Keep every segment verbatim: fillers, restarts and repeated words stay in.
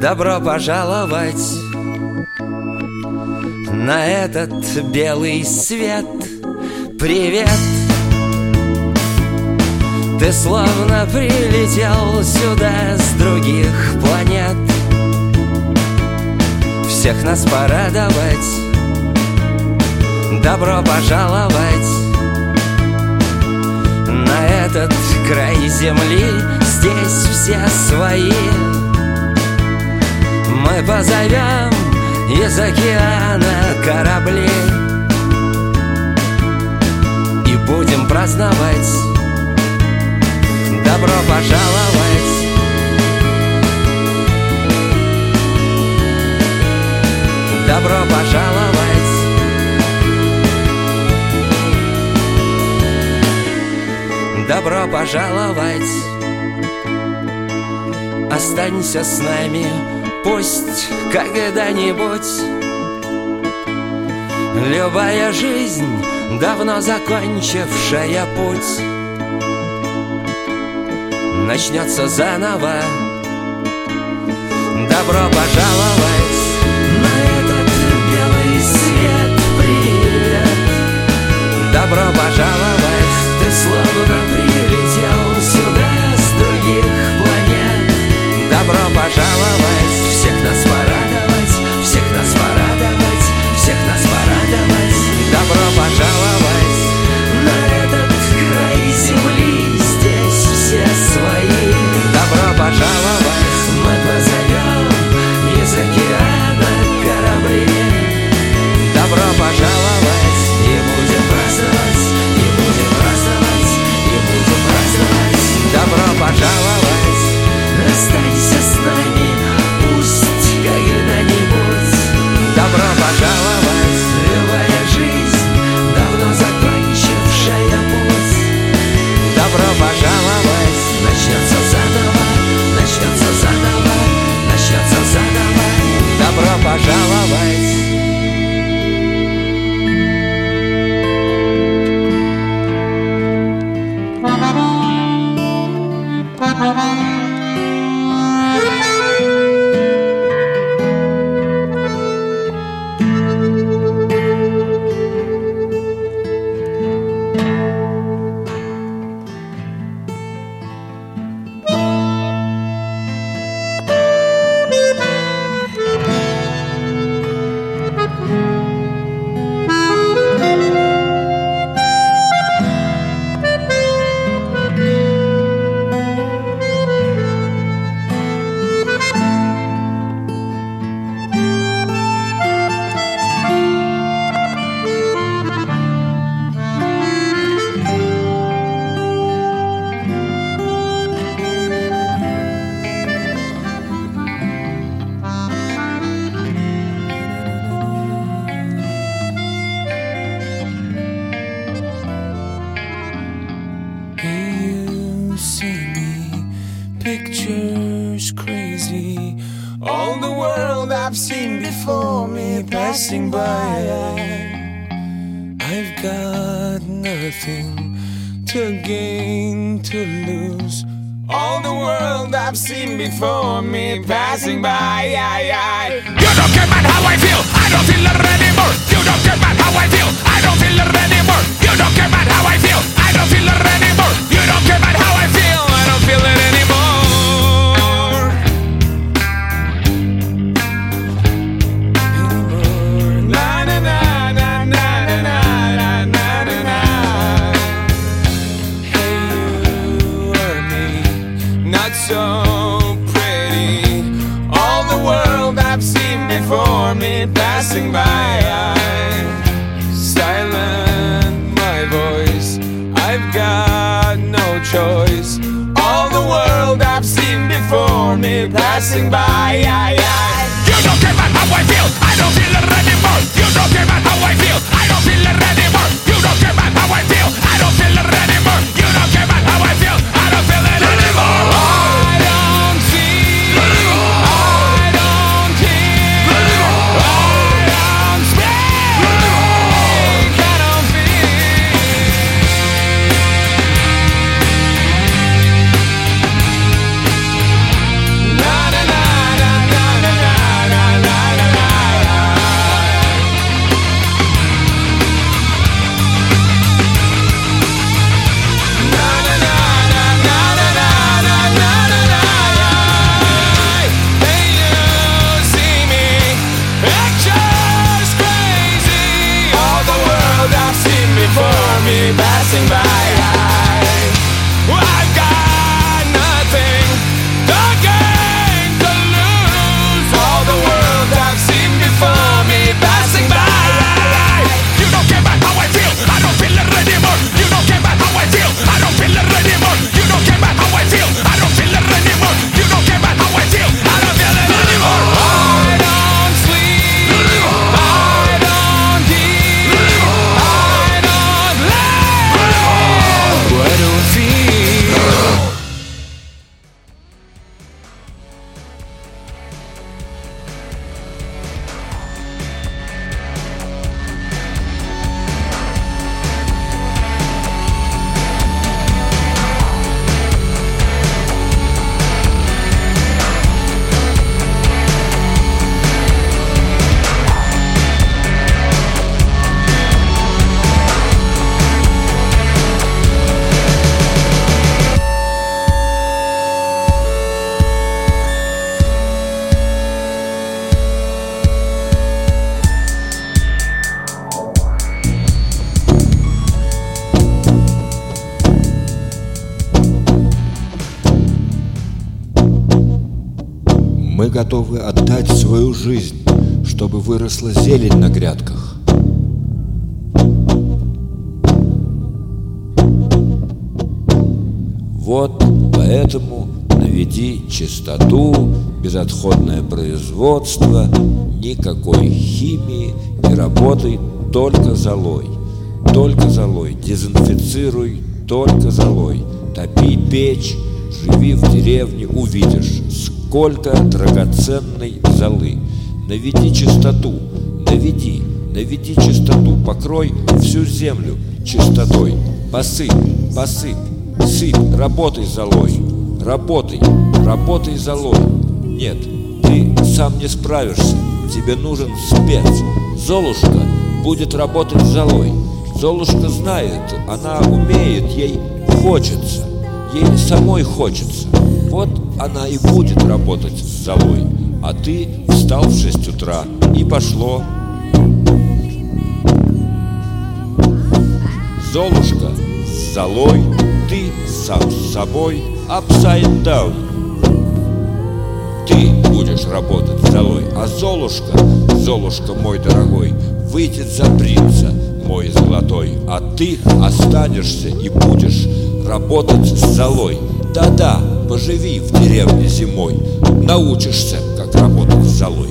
Добро пожаловать на этот белый свет. Привет! Ты словно прилетел сюда с других планет. Всех нас порадовать. Добро пожаловать на этот край земли. Здесь все свои. Мы позовем из океана корабли и будем праздновать. Добро пожаловать. Добро пожаловать. Добро пожаловать. Останься с нами, пусть когда-нибудь любая жизнь, давно закончившая путь, начнется заново. Добро пожаловать на этот белый свет. Привет! Добро пожаловать. Ты словно прилетел сюда с других планет. Добро пожаловать. Всех нас порадовать, всех нас порадовать, всех нас порадовать. Добро пожаловать на этот край земли. Здесь все свои. Добро пожаловать. Мы позовем из океана корабли. Добро пожаловать. И будем праздновать, и будем праздновать, и будем праздновать. Добро пожаловать. Останься с нами, пусть когда-нибудь. Добро пожаловать. Любая жизнь, давно закончившая путь. Добро пожаловать. Начнется заново, начнется заново, начнется заново. Добро пожаловать. Pictures crazy, all the world I've seen before me passing by. I've got nothing to gain, to lose. All the world I've seen before me passing by. You don't care about how I feel, I don't feel it anymore. You don't care about how I feel, I don't feel it anymore. You don't care about how I feel, I don't feel it anymore. You don't care about how I feel, I don't feel it anymore. So pretty, all the world I've seen before me passing by. Silent my voice, I've got no choice. All the world I've seen before me passing by. You don't care about how I feel, I don't feel it anymore. You don't care about how I feel, I don't feel it anymore. You don't care about how I feel, I don't feel it anymore. You don't care about how I feel, I don't feel it anymore. Na na na na na. Мы готовы отдать свою жизнь, чтобы выросла зелень на грядках. Вот поэтому наведи чистоту, безотходное производство, никакой химии и работай только золой. Только золой, дезинфицируй только золой. Топи печь, живи в деревне, увидишь, сколько драгоценной золы. Наведи чистоту, наведи, наведи чистоту, покрой всю землю чистотой. Посыпь, посыпь, сыпь, работай золой, работай, работай золой. Нет, ты сам не справишься, тебе нужен спец. Золушка будет работать золой. Золушка знает, она умеет, ей хочется, ей самой хочется. Вот она и будет работать с золой. А ты встал в шесть утра и пошло. Золушка с золой, ты сам с собой, upside down. Ты будешь работать с золой, а Золушка, Золушка мой дорогой, выйдет за принца, мой золотой, а ты останешься и будешь работать с золой. Да-да, поживи в деревне зимой, научишься, как работать с золой.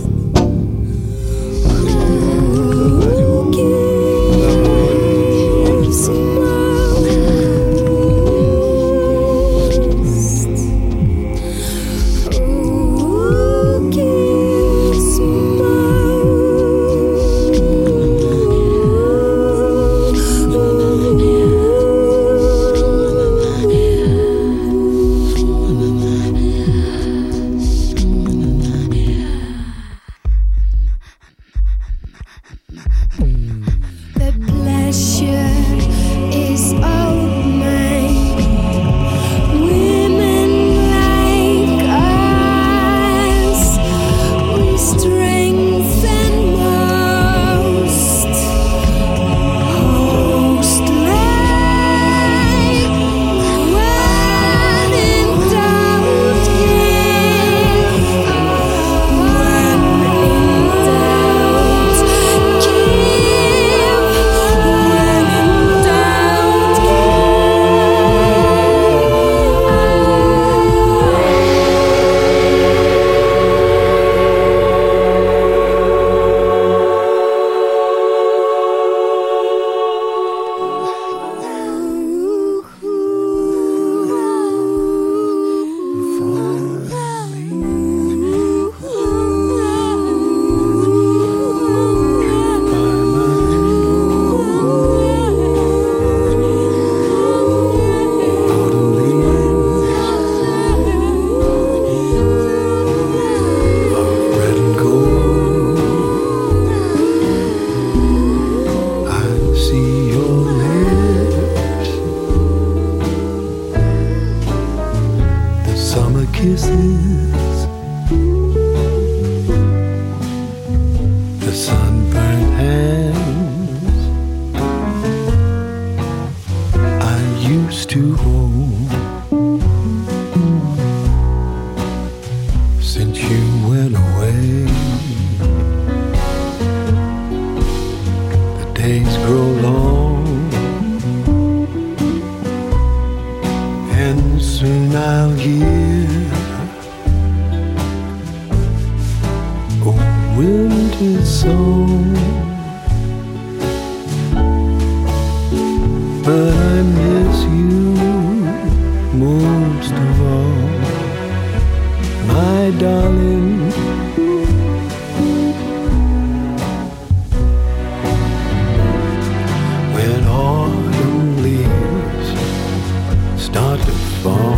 Kisses, the sunburned hands I used to hold. Since you went away, the days grow long, and soon I'll hear winter song, but I miss you most of all, my darling. When autumn leaves start to fall,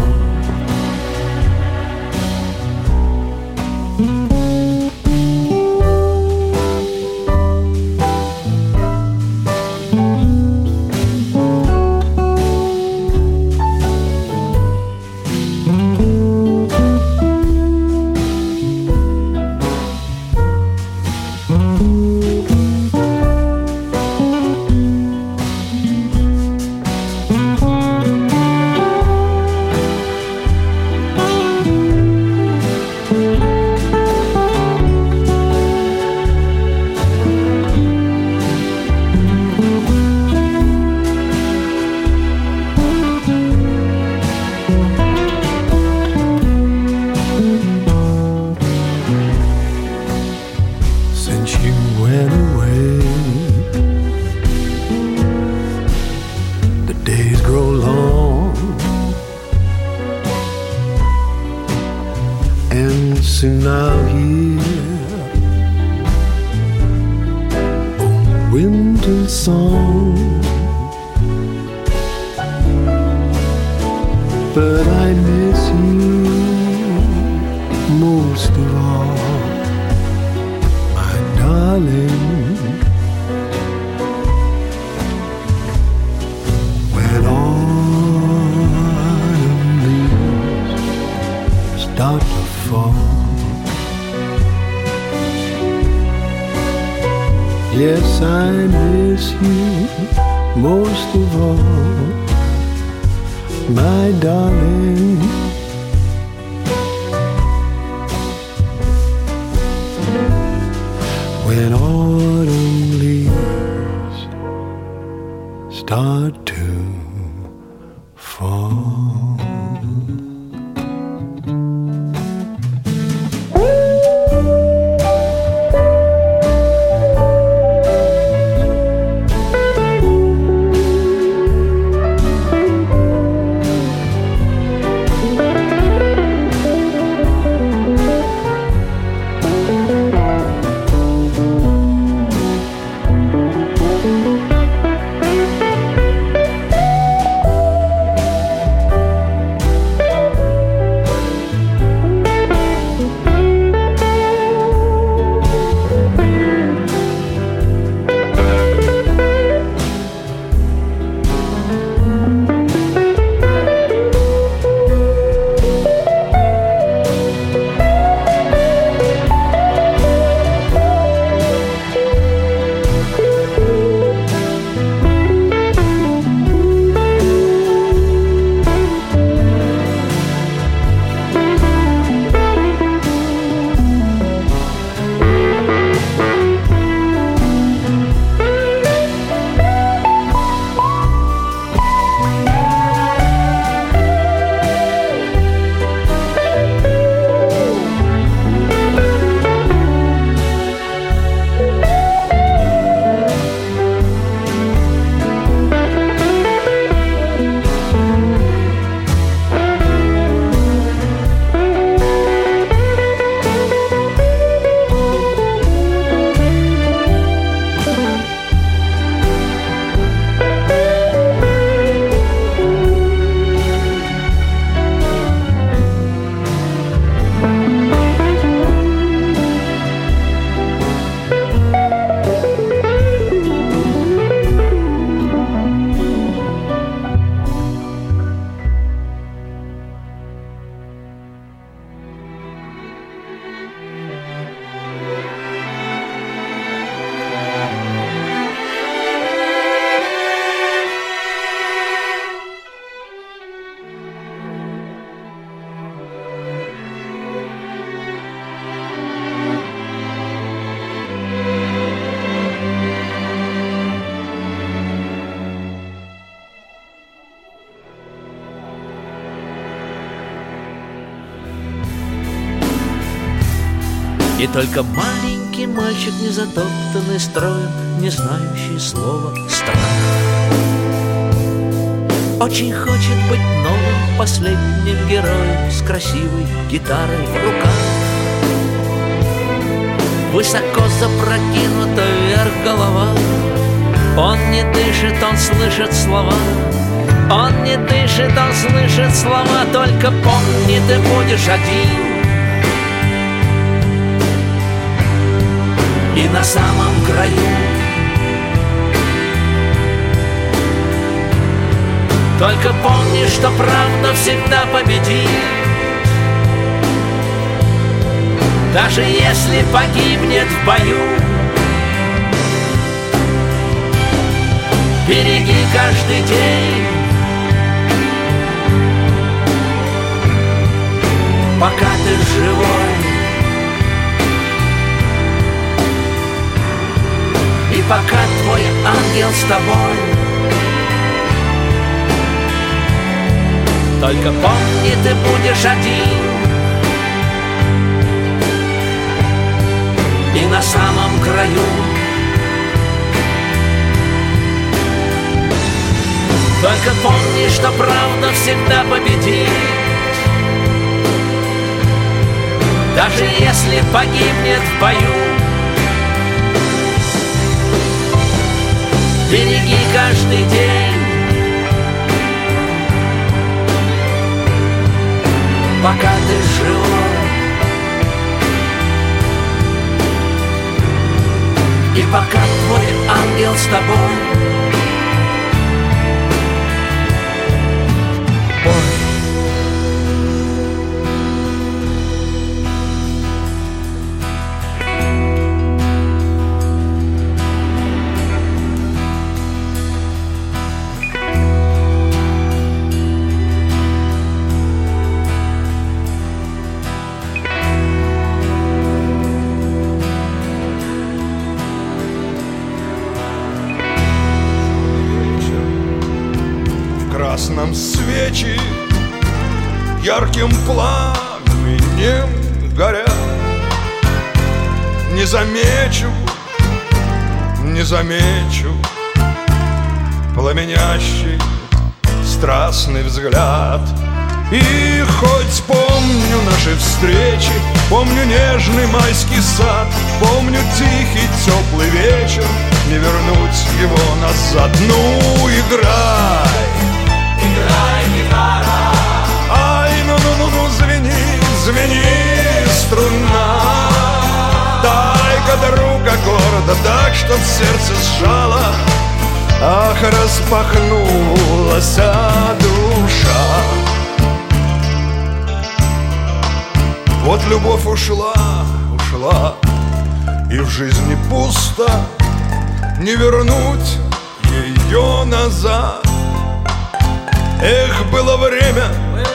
and soon I'll hear a winter song. But I miss you most of all, my darling. When autumn leaves start to fall, yes, I miss you most of all, my darling. When autumn leaves start to fall. И только маленький мальчик, не затоптанный строем, не знающий слова страх, очень хочет быть новым последним героем с красивой гитарой в руках. Высоко запрокинута вверх голова, он не дышит, он слышит слова. Он не дышит, он слышит слова. Только помни, ты будешь один. И на самом краю только помни, что правда всегда победит. Даже если погибнет в бою, береги каждый день, пока ты живой. И пока твой ангел с тобой. Только помни, ты будешь один. И на самом краю только помни, что правда всегда победит. даже если погибнет в бою. Береги каждый день, пока ты живой, и пока твой ангел с тобой. Красном свечи ярким пламенем горят. Не замечу, не замечу пламенящий страстный взгляд. И хоть помню наши встречи, помню нежный майский сад, помню тихий теплый вечер, не вернуть его назад. Ну, играй! Играй, гитара! Ай, ну-ну-ну-ну, звени, звени, струна. Дай-ка, друг, аккорда так, чтоб сердце сжало. Ах, распахнулась душа. Вот любовь ушла, ушла, и в жизни пусто, не вернуть ее назад. Эх, было время,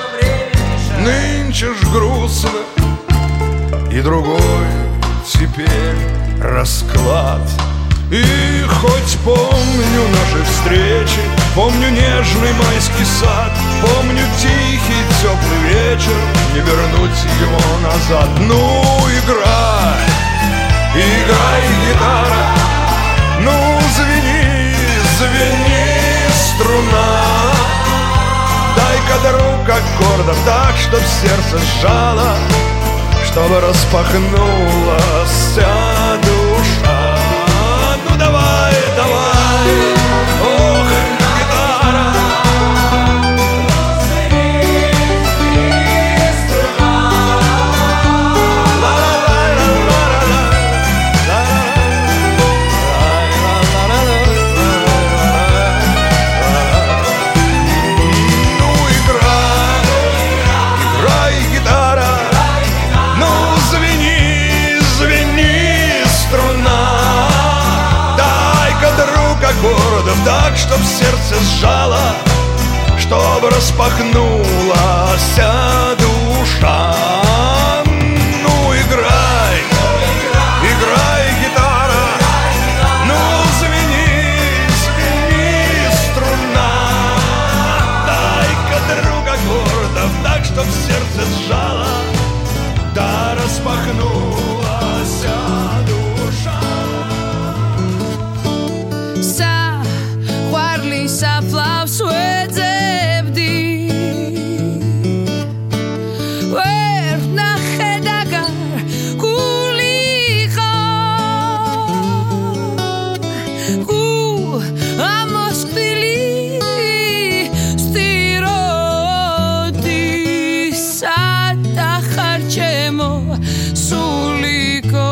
нынче ж грустно, и другой теперь расклад. И хоть помню наши встречи, помню нежный майский сад, помню тихий теплый вечер, не вернуть его назад. Ну, играй, играй, гитара, ну, звени, звени, струна. Дай-ка, друг, аккордов так, чтоб сердце сжало, чтобы распахнулась душа. Ну давай, давай, ох, гитара. Аккордов так, чтоб сердце сжало, чтобы распахнулась душа. Ну, играй, играй, гитара, ну, звени, звени, струна. Дай-ка, друг, аккордов так, чтоб сердце сжало, да распахнулась душа. Saflav suedzebdi Wer nachedagar kulicha Ku amoskili stiroti satacharchemo suliko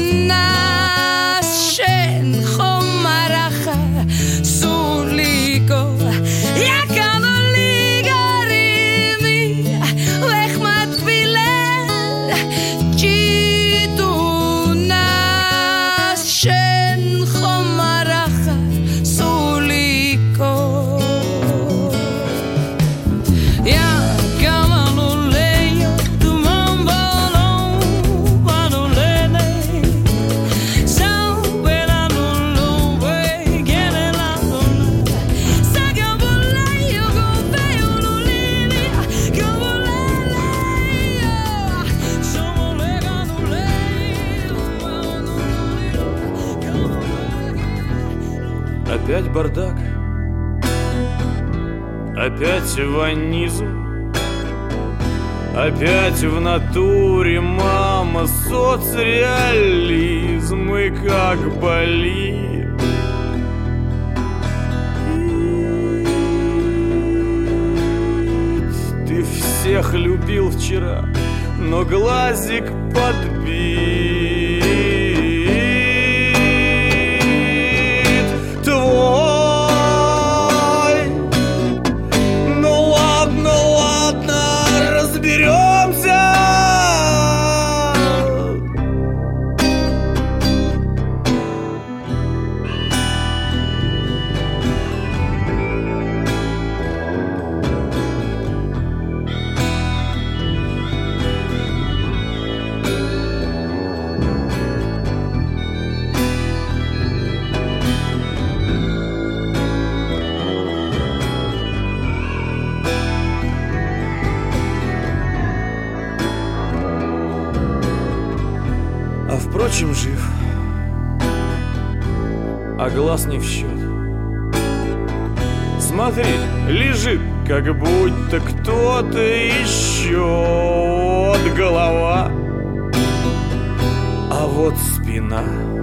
Suliko Опять бардак, опять ванизм, опять в натуре, мама, соцреализм, и как болит. Ты всех любил вчера, но глазик подбит. Твой. Ну ладно, ладно, разберемся. Впрочем, жив, а глаз не в счет. Смотри, лежит, как будто кто-то еще. Голова, а вот спина.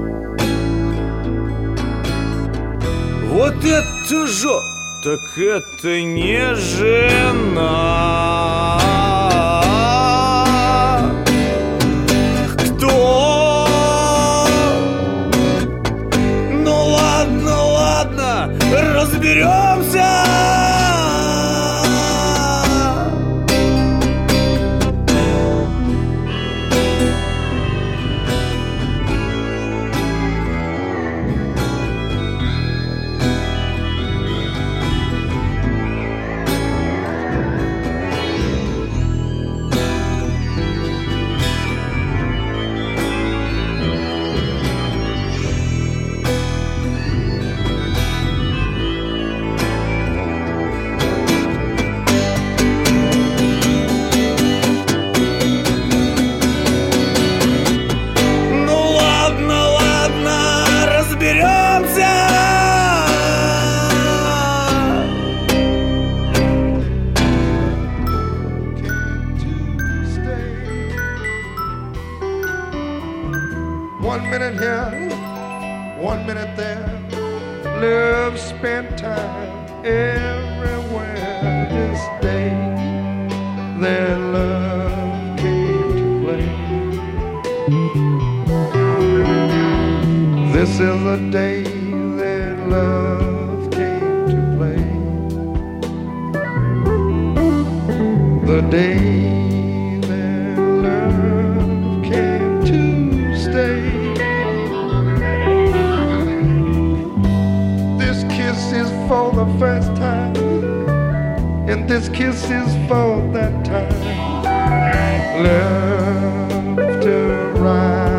Вот это же, так это не жена. Разберемся. One minute here, one minute there. Love spent time everywhere. This day, their love came to play. This is the day their love came to play. The day their love came to stay. For the first time, and this kiss is for that time. Love to ride.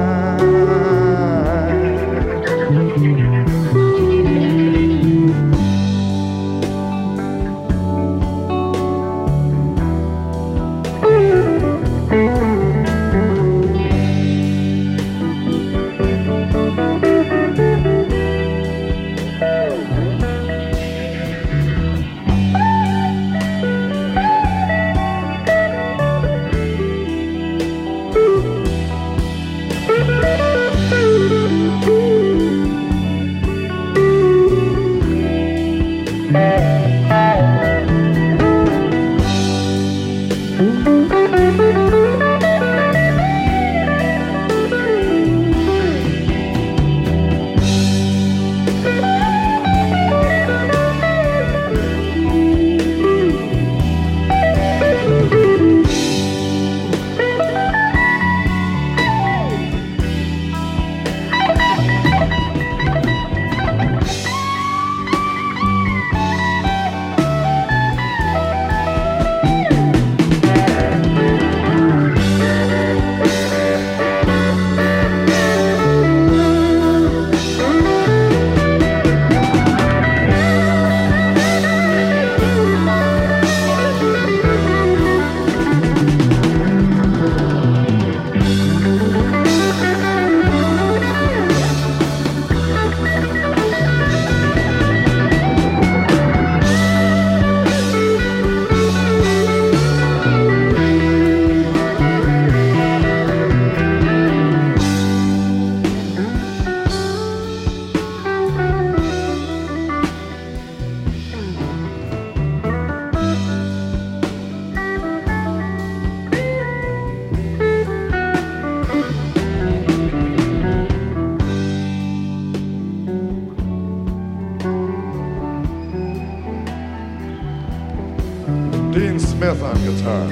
Dean Smith on guitar.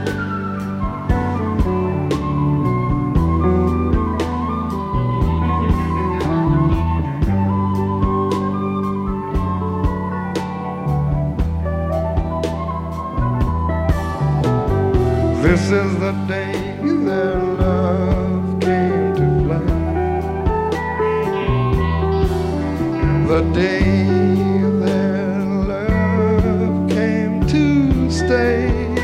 This is the day their love came to play. The day their love came to stay.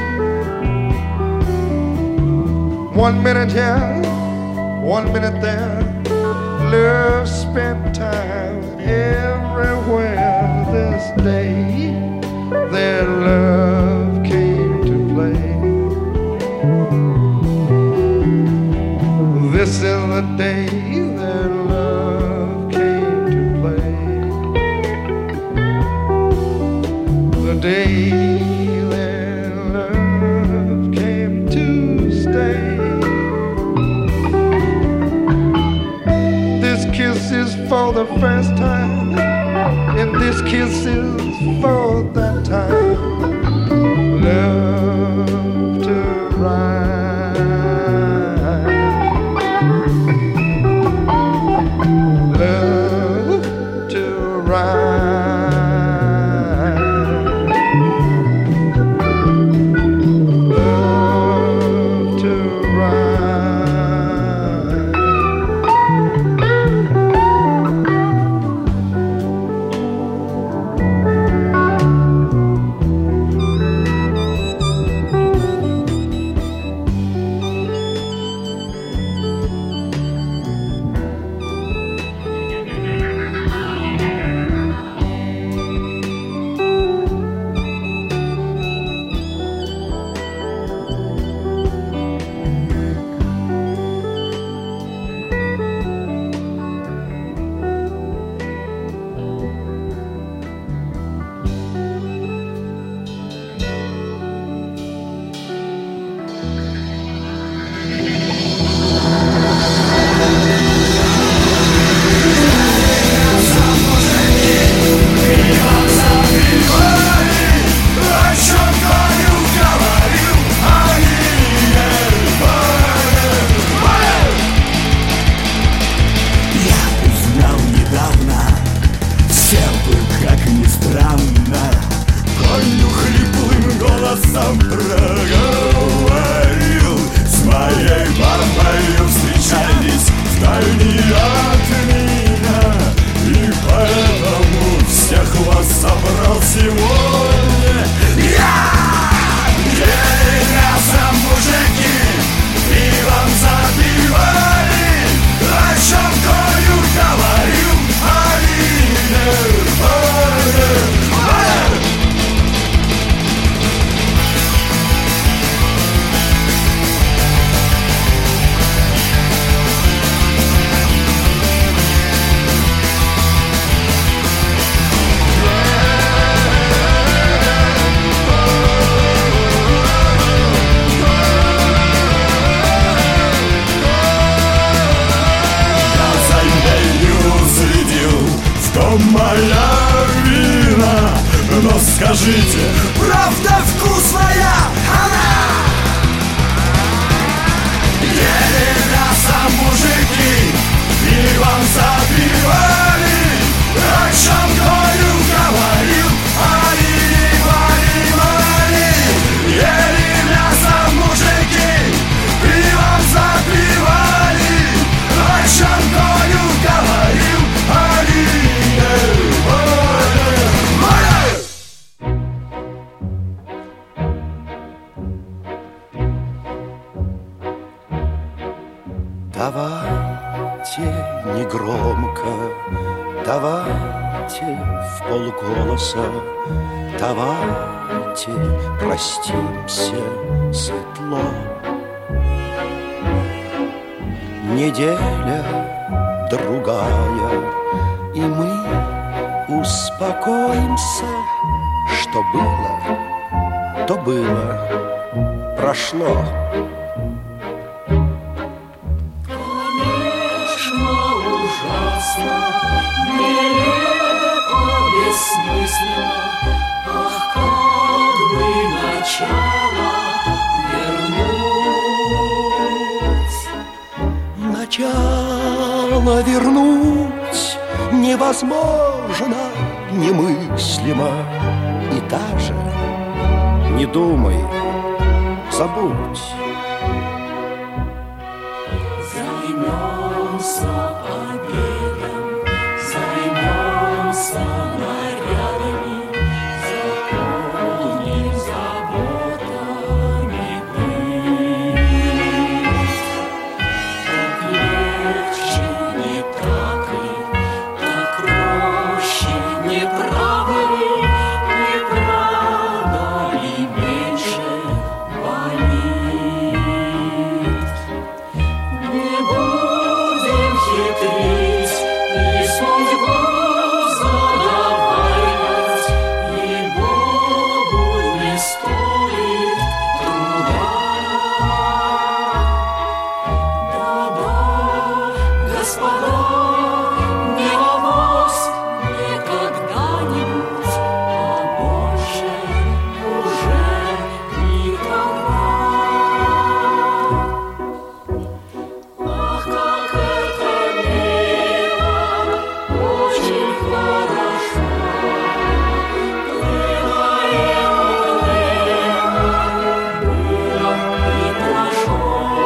One minute here, one minute there. Love spent time everywhere. This day their love came to play. This is the day their love came to play. The day their love came to stay. This kiss is for the first time, and this kiss is for that time. Love to ride. Скажите, правда вкусная она? Ели мясо мужики, пивом запивали. О чем Колю говорил, они не понимали. Ели мясо мужики, пивом запивали. О чем Колю говорил, они не понимали. Давайте негромко, давайте в полголоса, давайте простимся светло. Неделя другая, и мы успокоимся, что было, то было, прошло. Нелепо, бессмысленно, ах, как бы Но вернуть невозможно, немыслимо. И даже не думай, забудь. Займемся обедом, займемся нарядами, заполним заботами быт. Так легче, не так ли, так проще, не правда ли, не правда ли меньше болит? Не будем хитрить и судьбу задавать, ей-богу, не стоит труда. Да-да, господа, не авось, не когда-нибудь, а больше уже никогда. Ах, как это мило, очень хорошо. Плываем, плываем, было и прошло.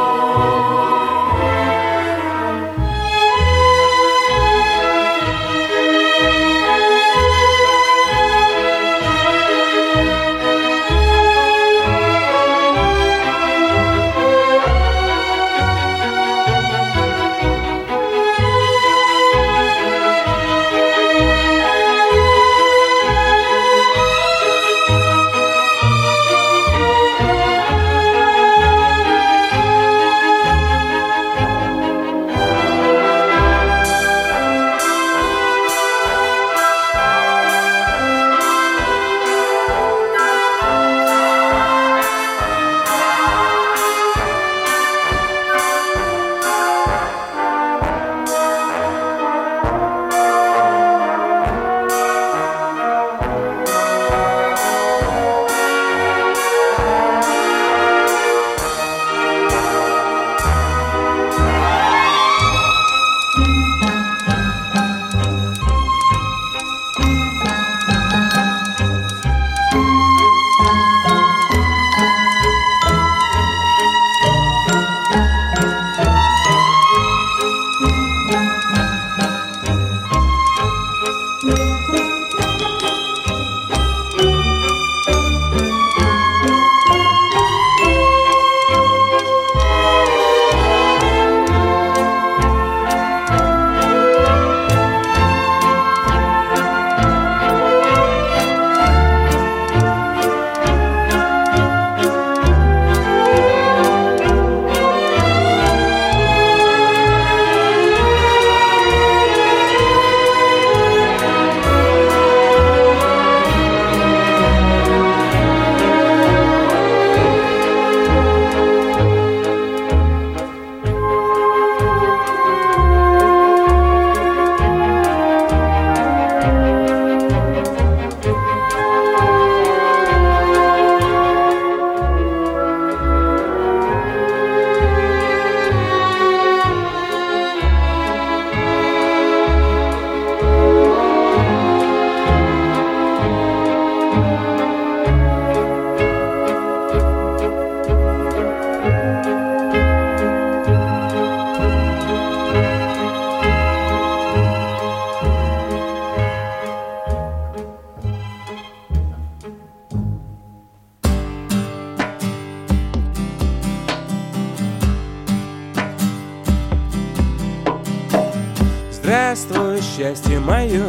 Здравствуй, счастье мое.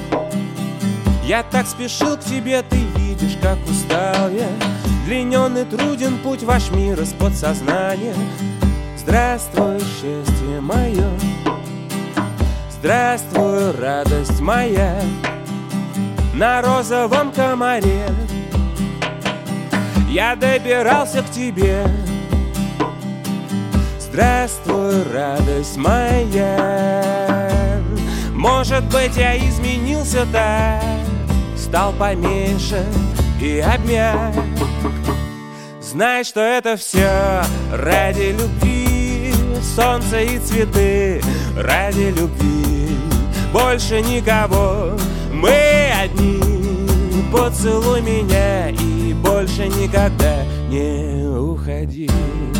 Я так спешил к тебе, ты видишь, как устал я. Длинен и труден путь ваш мир из подсознания. Здравствуй, счастье мое. Здравствуй, радость моя. На розовом комаре я добирался к тебе. Здравствуй, радость моя. Может быть, я изменился так, стал поменьше и обмяк. Знай, что это все ради любви, солнце и цветы ради любви. Больше никого, мы одни. Поцелуй меня и больше никогда не уходи.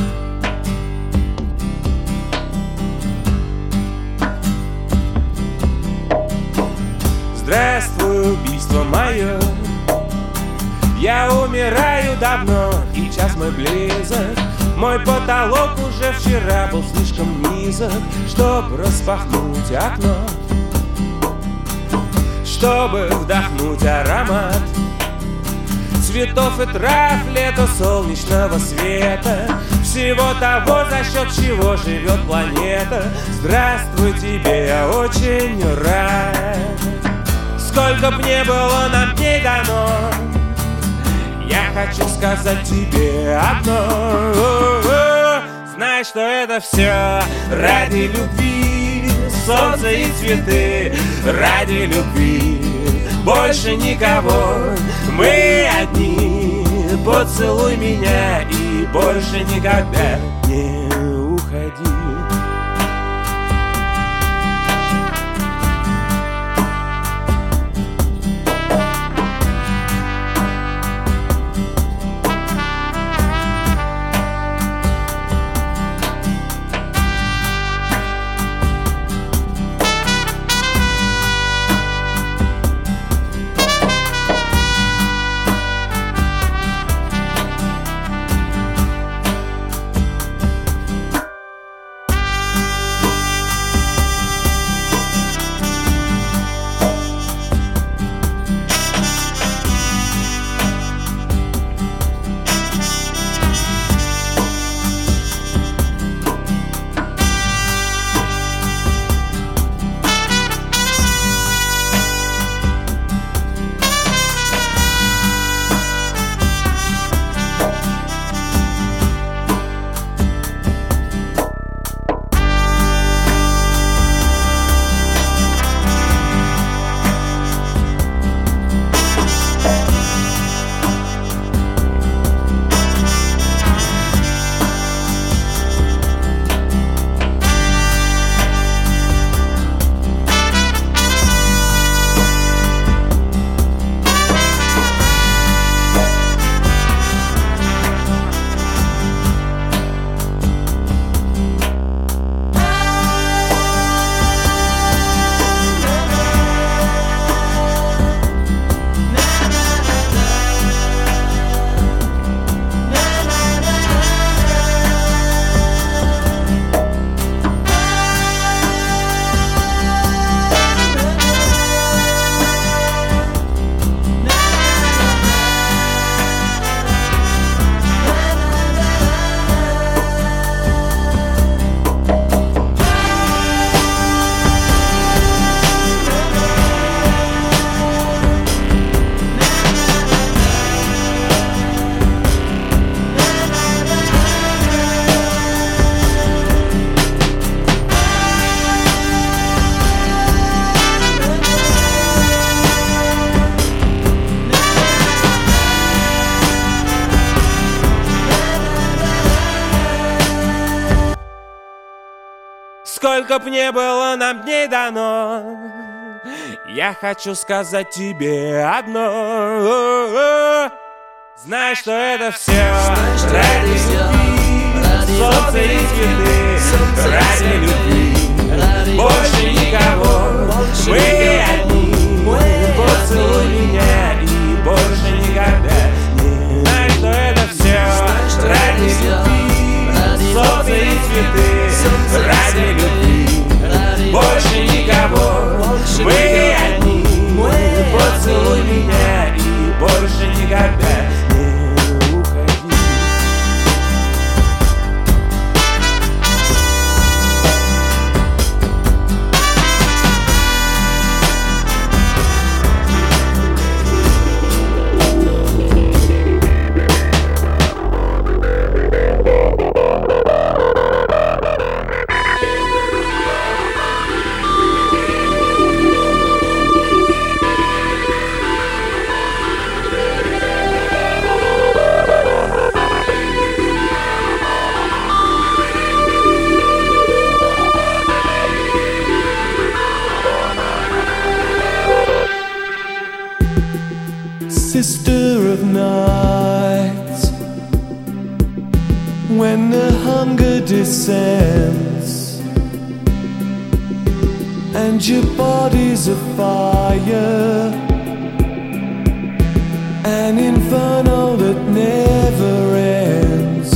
Здравствуй, убийство мое. Я умираю давно, и час мой близок. Мой потолок уже вчера был слишком низок, чтобы распахнуть окно, чтобы вдохнуть аромат цветов и трав, лета солнечного света, всего того, за счет чего живет планета. Здравствуй тебе, я очень рад. Сколько б не было нам дней дано, я хочу сказать тебе одно. Знай, что это все ради любви. Солнце и цветы ради любви. Больше никого, мы одни. Поцелуй меня и больше никогда не уходи. Сколько б не было нам дней дано, я хочу сказать тебе одно. Знай, что это все ради любви. Солнце и цветы ради любви. Больше никого, мы одни. Поцелуй меня и больше никогда. Знай, что это все ради любви. Солнце и цветы ради любви. Больше никого, мы одни. Поцелуй меня и больше никогда не уходи. Sister of night, when the hunger descends and your body's a fire, an inferno that never ends,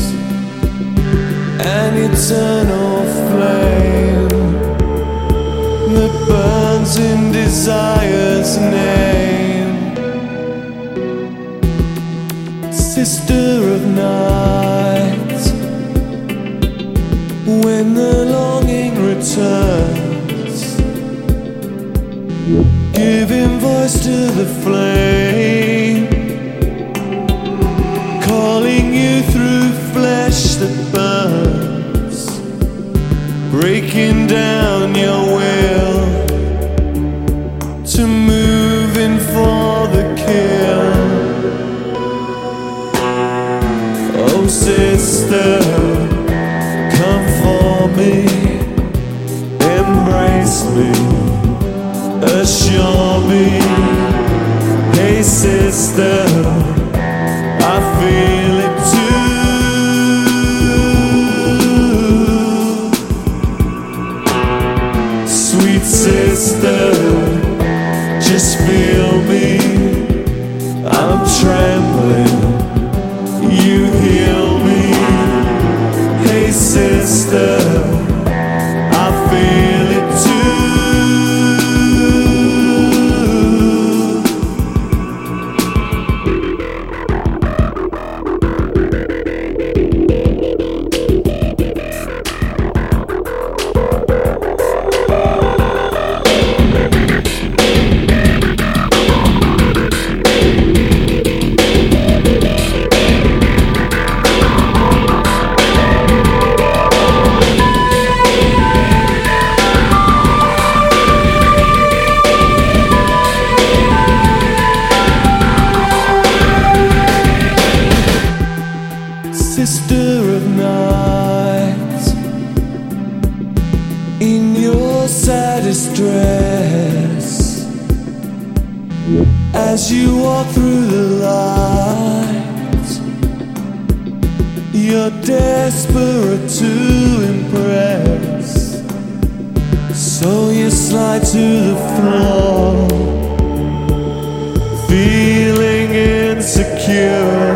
an eternal flame that burns in desire's name. Sister of night, when the longing returns, giving voice to the flame, calling you through flesh that burns, breaking down your will to move in for the kill. Oh sister, come for me, embrace me, assure me. Hey sister, I feel it too. Sweet sister, just feel me, I'm trembling, you heal me. Hey sister, I feel it too. Sister of night, in your saddest dress, as you walk through the light, you're desperate to impress, so you slide to the floor, feeling insecure.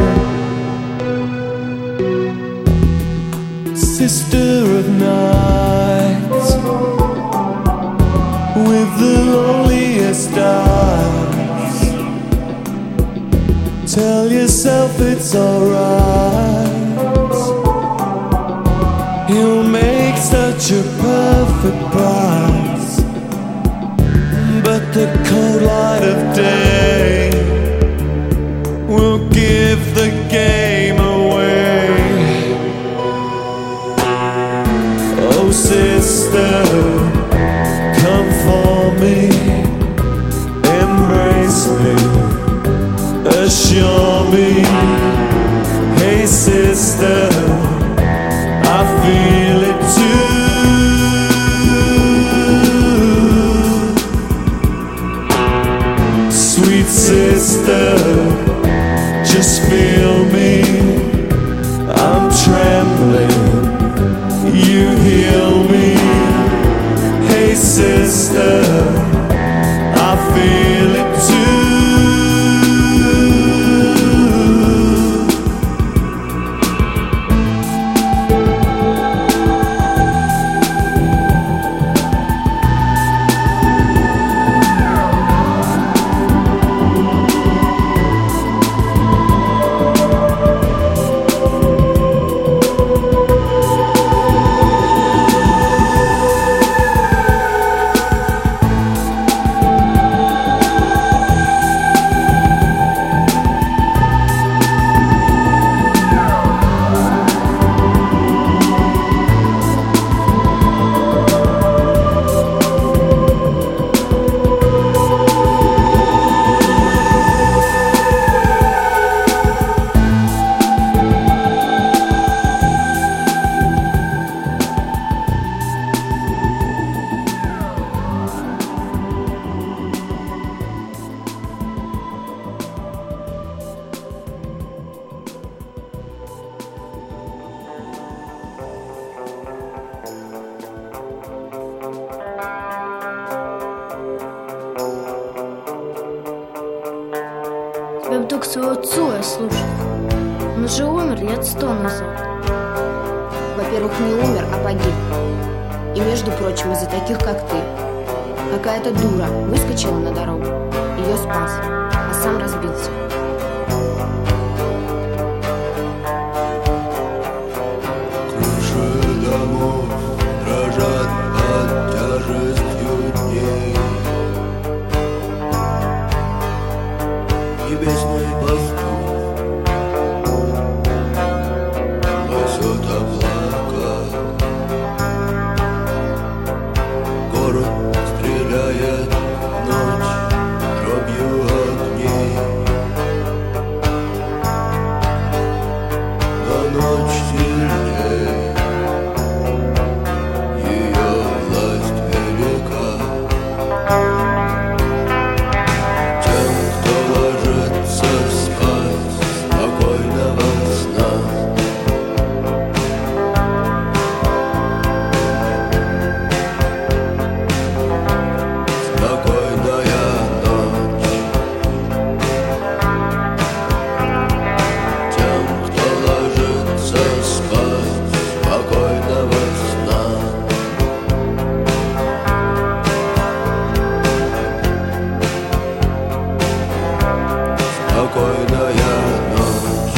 Sister of night, with the loneliest eyes, tell yourself it's alright. He'll make such a perfect prize, but the cold light of day will give the game away. Oh sister, come for me, embrace me, assure me. Hey sister, I feel it too. Sweet sister, just feel me, I'm trembling, you heal me. Hey sister, I feel it too. Тебя бы только своего Цоя слушать. Он уже умер лет сто назад. Во-первых, не умер, а погиб. И, между прочим, из-за таких, как ты. Какая-то дура выскочила на дорогу, ее спас, а сам разбился. Крыши домов дрожат под тяжестью дней. Небесный пастух пасет облака. Город стреляет в ночь дробью огней. Но ночь сильней, ее власть велика. Тем, кто ложится спать, спокойного сна. Спокойная ночь. Тем, кто ложится спать, спокойного сна. Спокойная ночь.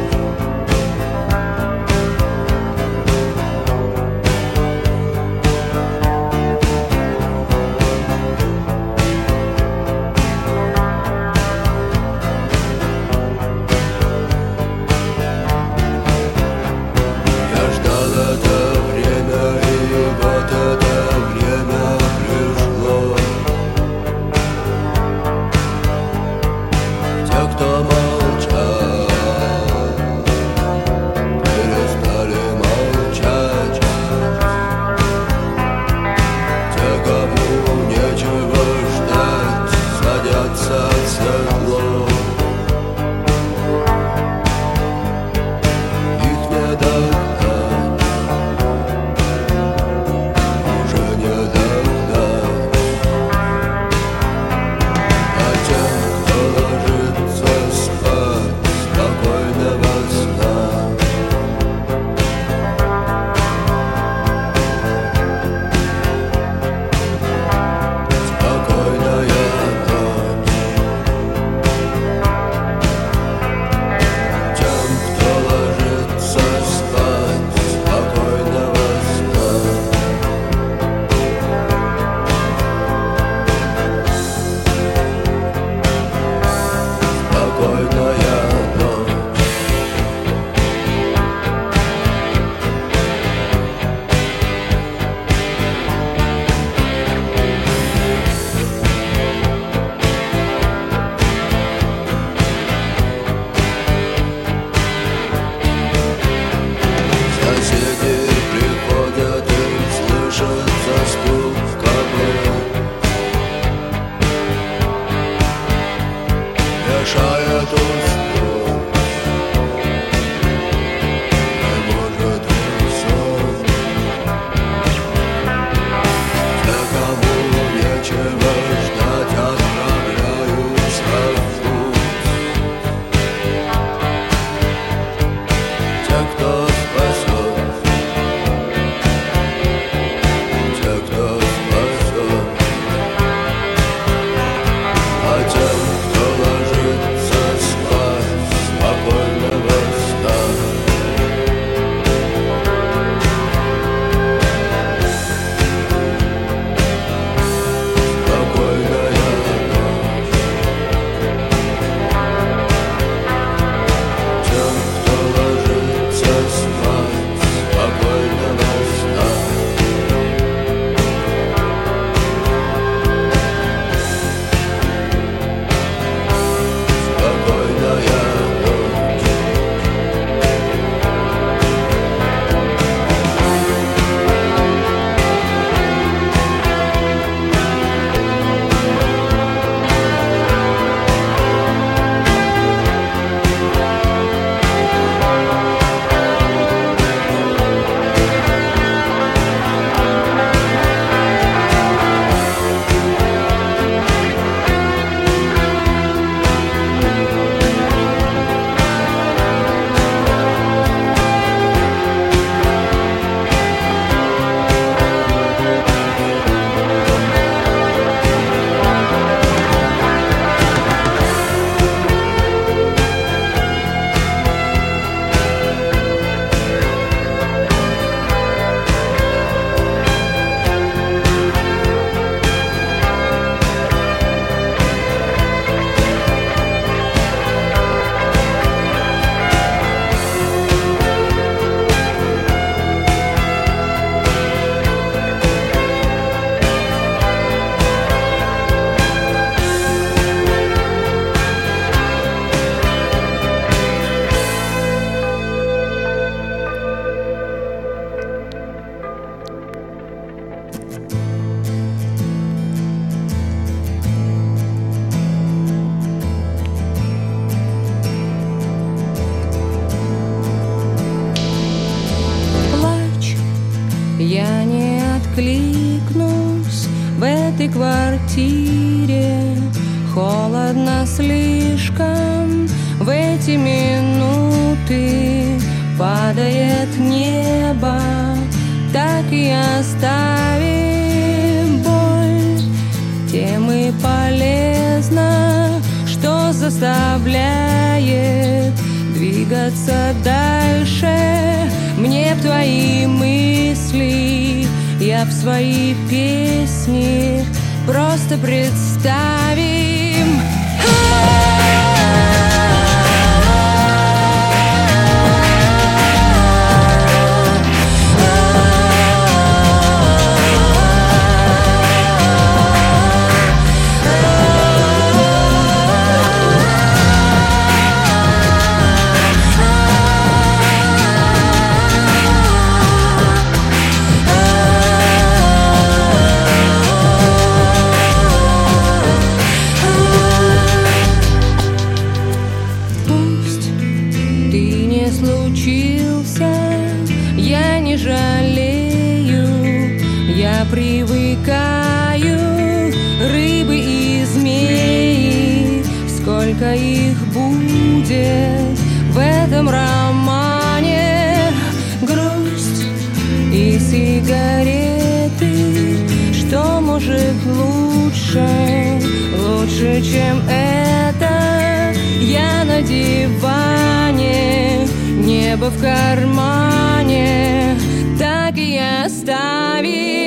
Я ждал это время, и вот это время пришло. Те, кто молчал, перестали молчать. Те, кому нечего ждать, садятся в седло. Их не догнать, уже не догнать. А тем, кто ложится спать, спокойного сна. Спокойная ночь. Тем, кто ложится спать, спокойного сна. Спокойная ночь. Соседи приходят и слышат стук копыт. Мешает уснуть, не может и сон. Те, кому нечего ждать, отправляются в путь. Те, кто спасет, те, кто спасет. А тем, кто ложится спать, Холодно слишком в эти минуты, падает небо, так и оставим боль. Тем и полезно, что заставляет двигаться дальше. Мне б твои мысли, я б свои песни просто представим. Привыкаю, рыбы и змеи, сколько их будет в этом романе. Грусть и сигареты, что может лучше, лучше, чем это? Я на диване, небо в кармане, так и оставим.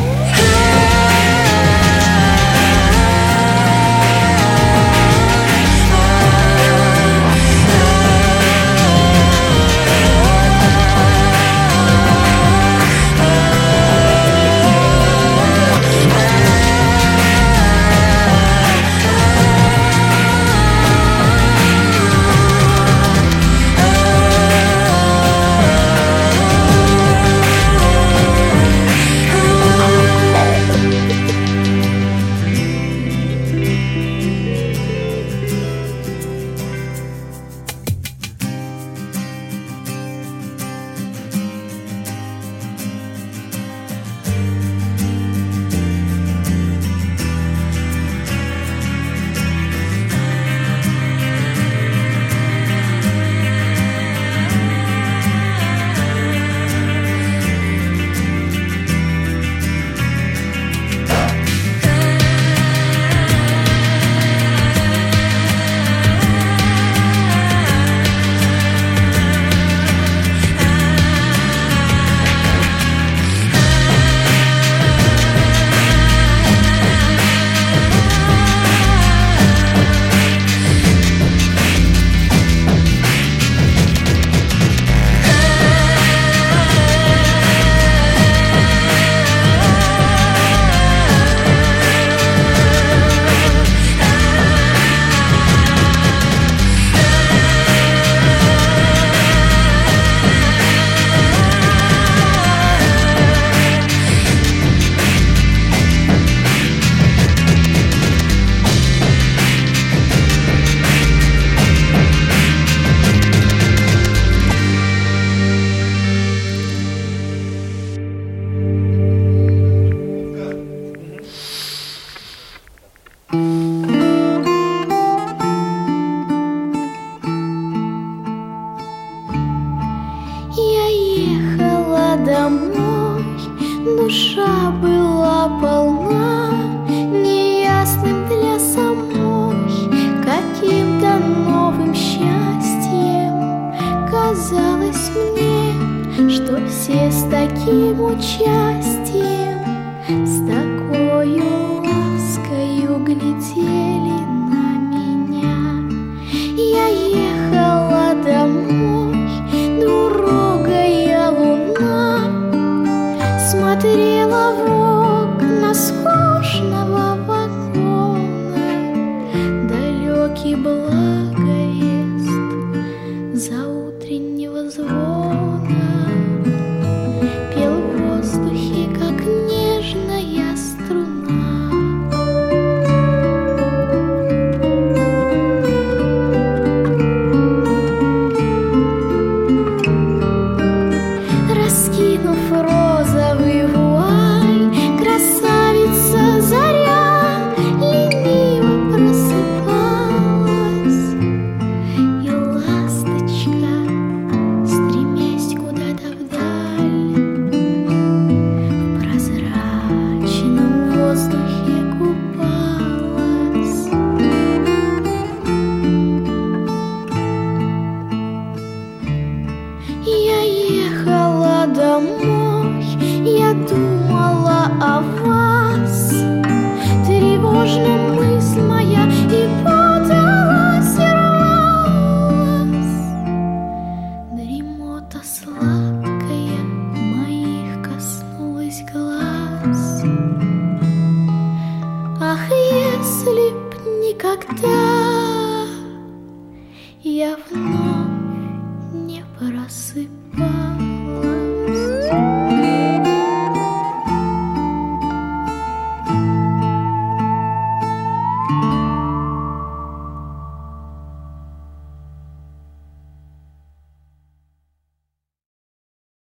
душа была полна неясным для самой каким-то новым счастьем. Казалось мне, что все с таким участием, с такою ласкою глядели на меня. Я ехала домой, двурогая луна смотрела в окна скучного вагона. Далекий благовест заутреннего звона пел в воздухе, как нежная струна. Раскинув розовый вуаль, красавица заря лениво просыпалась. тогда я вновь не просыпаюсь.